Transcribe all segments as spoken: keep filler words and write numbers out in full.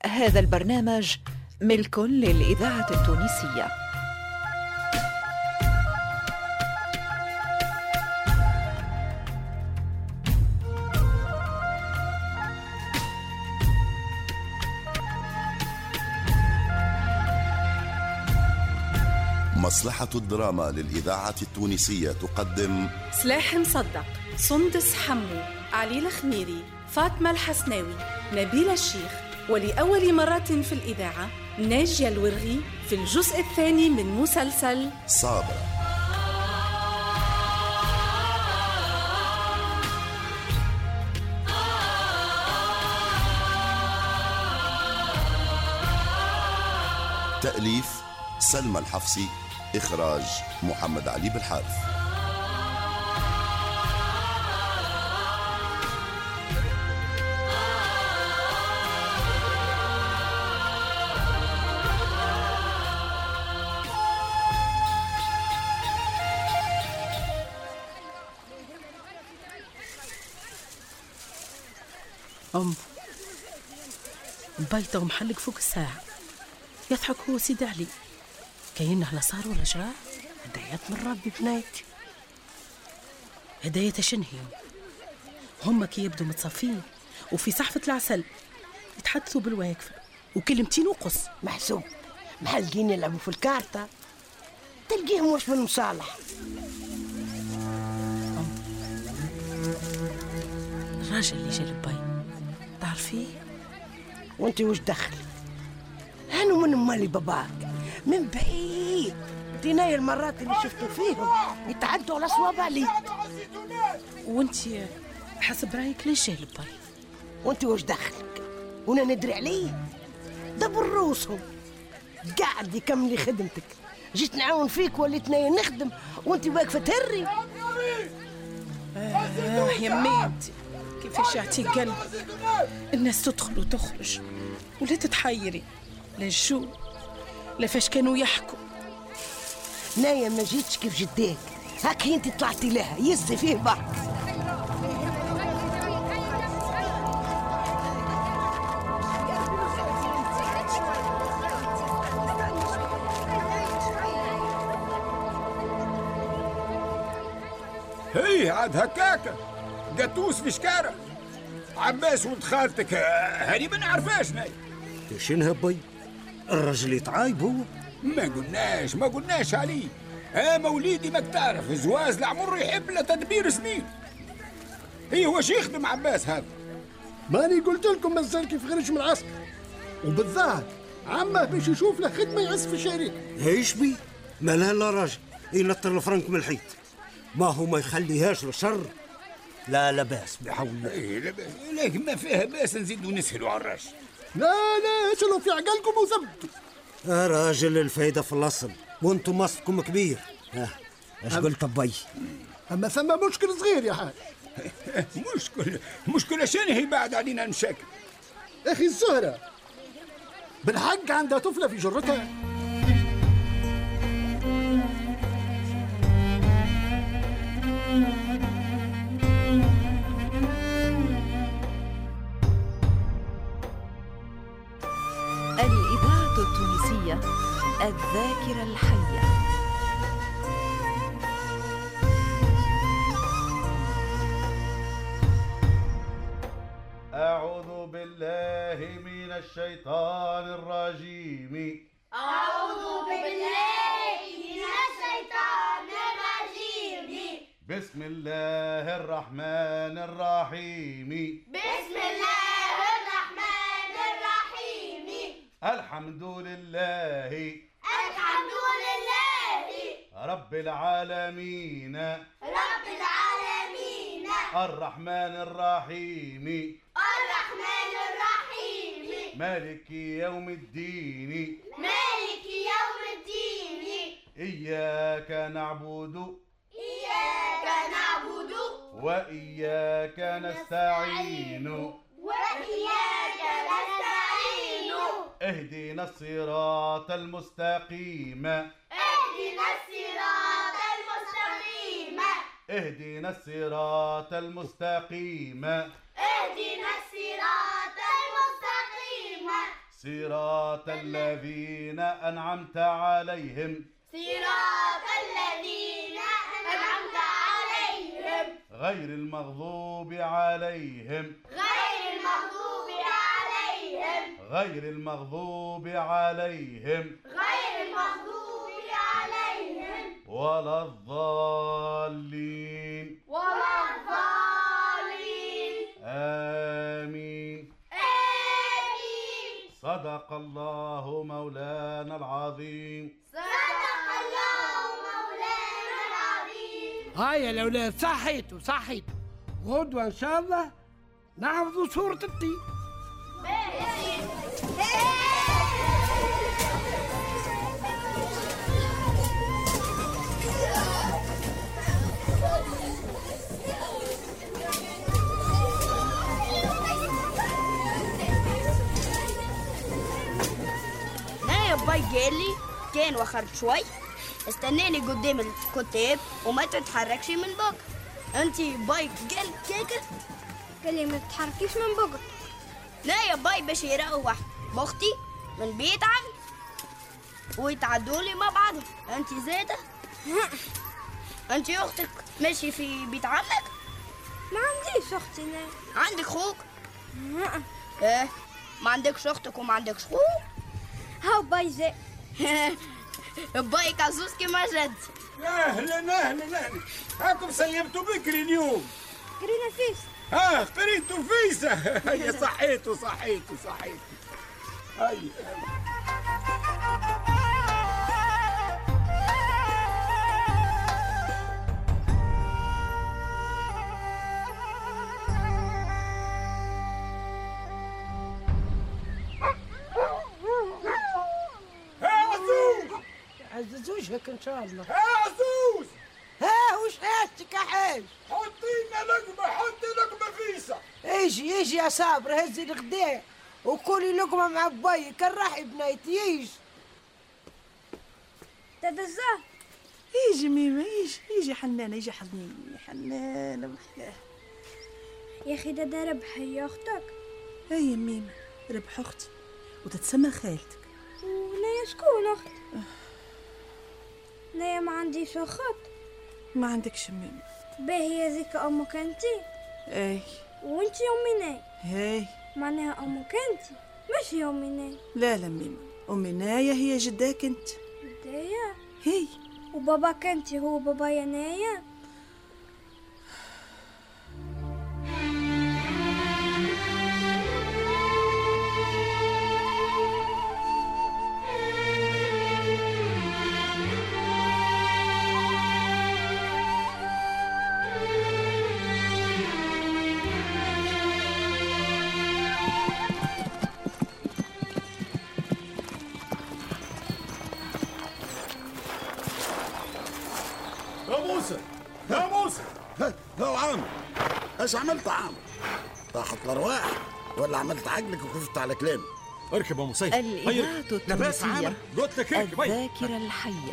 هذا البرنامج ملك للإذاعة التونسية. مصلحة الدراما للإذاعة التونسية تقدم سلاح مصدق، سندس حمو، علي الخميري، فاطمة الحسناوي، نبيل الشيخ، ولأول مرة في الإذاعة ناجية الورغي في الجزء الثاني من مسلسل صابرة. تأليف سلمى الحفصي، إخراج محمد علي بالحارث. أم بيته ومحلق فوق الساعة، يضحك هو سيد علي كأنه لا صار ولا جرى. هدايات من ربي بنايتي، هدايات شنهي هم كي يبدو متصفين وفي صحفة العسل يتحدثوا بالواقفة وكلمتين وقص محسوب محلقين يلعبوا في الكارتة، تلقيهم وش من مصالح. الراجل اللي جا لبي تعرفيه؟ وانت وش دخل؟ هانو من مالي باباك من بعيد، ديناي المرات اللي شفتوا فيهم يتعدوا على صواب عليك. وانت حسب رايك ليش جاي لبي؟ وانت وش دخلك؟ وانا ندري عليه؟ دبر روسهم قاعد يكملي خدمتك، جيت نعاون فيك وليتنا نخدم وانت واقفه تهري. آه يا ميت كيفاش يعطيك قلب الناس تدخل وتخرج ولا تتحيري لا شو لا فاش كانوا يحكوا. نايا ما جيتش كيف جديك، هاك انت طلعتي لها يزي فيه بعض. هي عاد هكاكا قطوس في شكارة. عباس ولد خالتك هاني ما نعرفاش ناي. شنها بي الرجل يتعايب هو؟ ما قلناش ما قلناش عليه. ها موليدي ما تعرف زواز العمر يحب له تدبير سنين. هي واش يخدم عباس هذا؟ ماني قلت لكم مازال كيف خرج من العسكر، وبالذات عمه باش يشوف له خدمه يعز في الشركه. ايش بي ما لها لا راجل ينطر الفرنك من الحيط، ما هو ما يخليهاش لشر. لا لا باس بحول الله. إيه لا باس، لكن ما فيها باس نزيدوا نسهلوا على الراجل. لا لا اسلوا في عقلكم وثبتوا. يا راجل الفايدة في الأصل وانتم مصدكم كبير. ها ايش قلت بي؟ اما ثم مشكل صغير يا حاج. مشكلة مشكلة شنو هي بعد علينا نشاكل؟ اخي الزهرة بالحق عندها طفلة في جرتها. الإذاعة التونسية الذاكرة الحية. أعوذ بالله من الشيطان الرجيم. أعوذ بالله من الشيطان الرجيم. بسم الله الرحمن الرحيم. بسم الله الرحمن الرحيم. الحمد لله الحمد لله رب العالمين رب العالمين الرحمن الرحيم الرحمن الرحيم مالك يوم الدين مالك يوم الدين. إياك نعبد إياك نعبد وإياك نستعين وإياك نستعين. اهدنا الصراط المستقيم اهدنا الصراط المستقيم اهدنا الصراط المستقيم اهدنا الصراط المستقيم صراط الذين أنعمت عليهم صراط الذين أنعمت عليهم غير المغضوب عليهم غير المغضوب عليهم غير المغضوب عليهم غير المغضوب عليهم ولا الضالين ولا الضالين آمين. آمين. صدق الله مولانا العظيم. صدق الله مولانا العظيم. هاي يا الأولاد صحيتوا صحيتوا، غدوة إن شاء الله نحفظوا سورة الطين. باي جالي كان وخرت شوي، استناني قدام الكتاب وما تتحركش من بقى. انتي باي قال كيكت قال لي ما تتحركيش من بقى. لا يا باي باش يروح بختي من بيت عمي ويتعدوا لي مع بعضهم. انتي زاده انتي اختك ماشي في بيت عمك؟ ما عنديش اختي. لا عندك خوك؟ ايه ما عندكش اختك وما عندكش خوك؟ هاو باي زي باي كازوس كيما جد. اهلا اهلا اهلا، هاكم سيبتوا بكري اليوم. قرينا فيس. اه قريتوا فيسه. هيا صحيتوا صحيتوا صحيتوا. هيا عزز وجهك ان شاء الله. ها عزوز، ها وش حاجتك يا حاج؟ حطينا لقمه، حطي لقمه فيسه. ايجي ايجي يا صابر، هزي الغداء وكلي لقمه مع بايك. الراحي بنايتي ايجي. دادا الزهر يجي ميمة، يجي يجي حنانة، يجي حضنيني حنانة محلاه. يا اخي دادا ربحي يا اختك. اي ميمة ربح اختي وتتسمى خالتك. ونايا شكون اختي؟ نايا ما عنديش اخت. ما عندكش ميمة؟ باهي هذيك امك انتي؟ اي. وانتي امي ناي؟ هاي معناها امك انتي ماشي امي ناي. لا لا ميمة، امي نايا هي جداك انت. جدايا؟ هي. وباباك انتي هو بابايا نايا؟ يا موسى هو عامر، ايش عملت عامر؟ طاحت الارواح ولا عملت عقلك وخفت على كلامي؟ اركب يا مسيف. الإذاعة التونسية قلت لك اركب. الذاكرة الحية.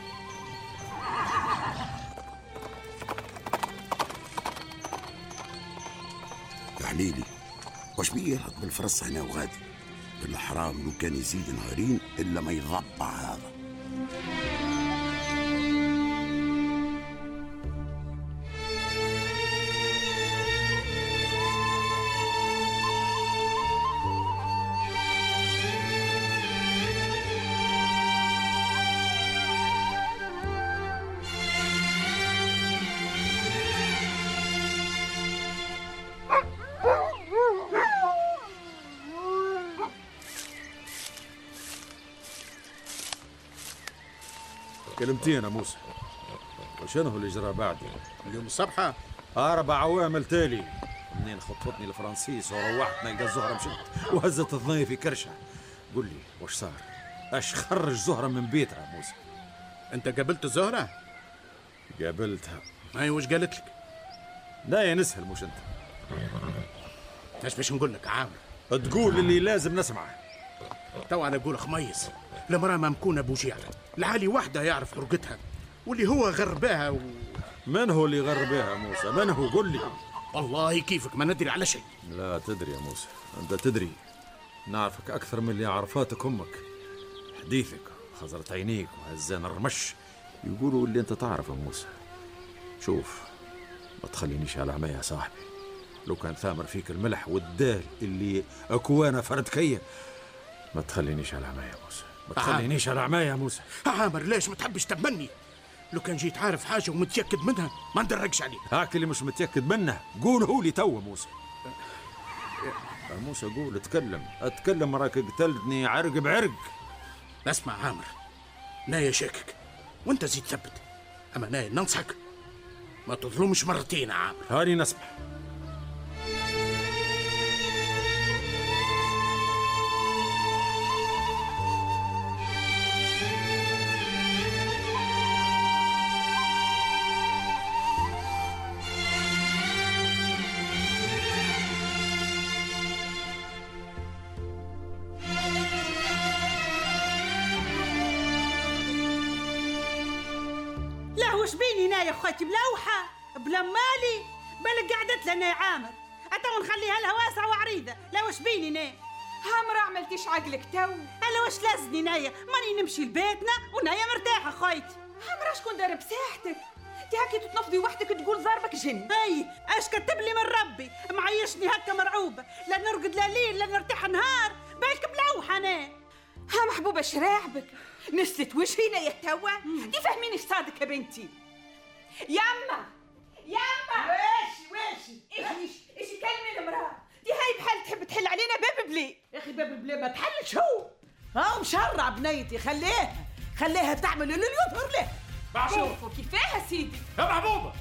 يا حليلي وش بيه ركب الفرس هنا وغادي؟ بالحرام لو كان يزيد نهارين الا ما يغبع هذا. كلمتين يا موسى، وشنو اللي جرى بعدي؟ اليوم الصبحة أربع عوامل تالي، منين خطفتني الفرنسيس وروحت نلقى الزهرة مشت وهزت الضني في كرشها. قل لي وش صار؟ اش خرج زهرة من بيتها يا موسى؟ انت قابلت الزهرة؟ قابلتها. اي وش قالت لك؟ لا يا نسهل مش انت. ايش باش نقول لك عامر؟ تقول اللي لازم نسمعه. تو انا اقول خميس المرأة ممكونة بوجيعة، العالي وحده يعرف حرقتها واللي هو غرباها و... من هو اللي غرباها موسى؟ من هو؟ قل لي. والله كيفك ما ندري على شيء. لا تدري يا موسى، انت تدري نعرفك أكثر من اللي عرفاتك أمك. حديثك خزرت عينيك وهزان الرمش يقولوا اللي أنت تعرف يا موسى. شوف، ما تخلينيش على عماية يا صاحبي. لو كان ثامر فيك الملح والدال اللي أكوانا فردكية، ما تخلينيش على عماية يا موسى، ما تخلينيش على عماية يا موسى. عامر ليش ما تحبش تبني؟ لو كان جيت عارف حاجة ومتيكد منها ما ندرقش عليك. هاك اللي مش متيكد منه قوله لي تو موسى. يا موسى قول، اتكلم اتكلم، راك قتلتني عرق بعرق. اسمع عامر، نايا شاكك وانت زيد ثبت، اما نايا ننصحك ما تظلمش مرتين يا عامر. هاني نسمح. وش بيني هنا يا خواتي بلوحة بلا مالي بالك قعدت لنا يا عامر أتو نخليها لها واسعة وعريضة. لا وش بيني هنا هامر عملتيش عقلك تو؟ ألا وش لازني نايا ماني نمشي لبيتنا ونايا مرتاحة خويتي. هامر شكون دار بساحتك؟ انت هاكي تتنفضي وحدك تقول ضربك جن. اي اش كتب لي من ربي معيشني هكا مرعوبة، لا نرقد لا ليل لا نرتاح نهار بالك بلوحة أنا. ها محبوبة شراعبك نسلت وجهينا يا توا. دي فهميني ايش صادك يا بنتي. ياما ياما واش واش ايش ايش كلمي المراه دي هاي بحال تحب تحل علينا باب بلي. يا اخي باب بلي ما تحلش هو ها مشرع بنيتي. خليها خليها تعمل اللي يظهر له. شوفوا كيفاه سيدي يا محبوبة.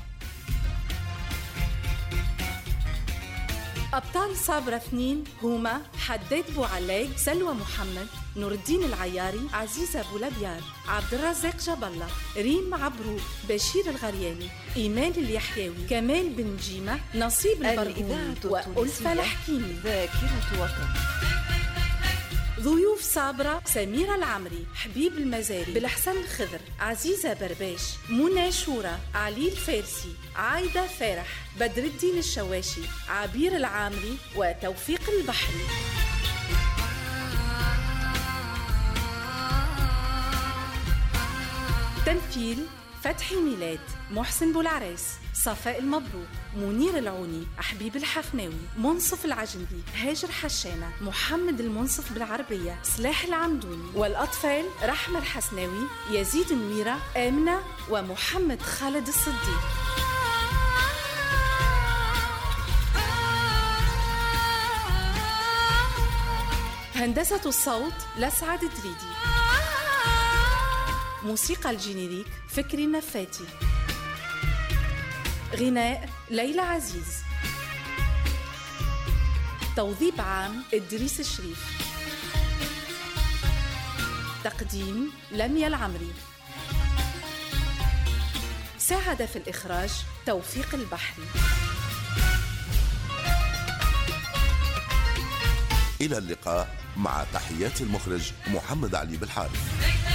أبطال صابرة اثنين هما حداد بوعلاق، سلوى محمد، نور الدين العياري، عزيزة بولابيار، عبد الرزاق جاب الله، ريم عبروك، بشير الغرياني، إيمان اليحيوي، كمال بن جيمة، نصيب البرغوثي وألفة الحكيمي. ذاكرة وطن. ضيوف صابرة سميرة العمري، حبيب المزاري، بالحسن الخضر، عزيزة برباش، منى شورى، علي الفارسي، عايدة فرح، بدر الدين الشواشي، عبير العامري وتوفيق البحري. تمثيل فتحي ميلاد، محسن بولعراس، صفاء المبروك، منير العوني، حبيب الحفناوي، منصف العجنبي، هاجر حشانة، محمد المنصف بالعربية، سلاح العمدوني. والأطفال رحمة الحسناوي، يزيد النويرة، آمنة ومحمد خالد الصديق. هندسة الصوت لسعد دريدي. موسيقى الجينيريك فكري النفاتي. غناء ليلى عزيز. توظيف عام إدريس الشريف. تقديم لميا العمري. ساعد في الإخراج توفيق البحري. إلى اللقاء مع تحيات المخرج محمد علي بالحارث.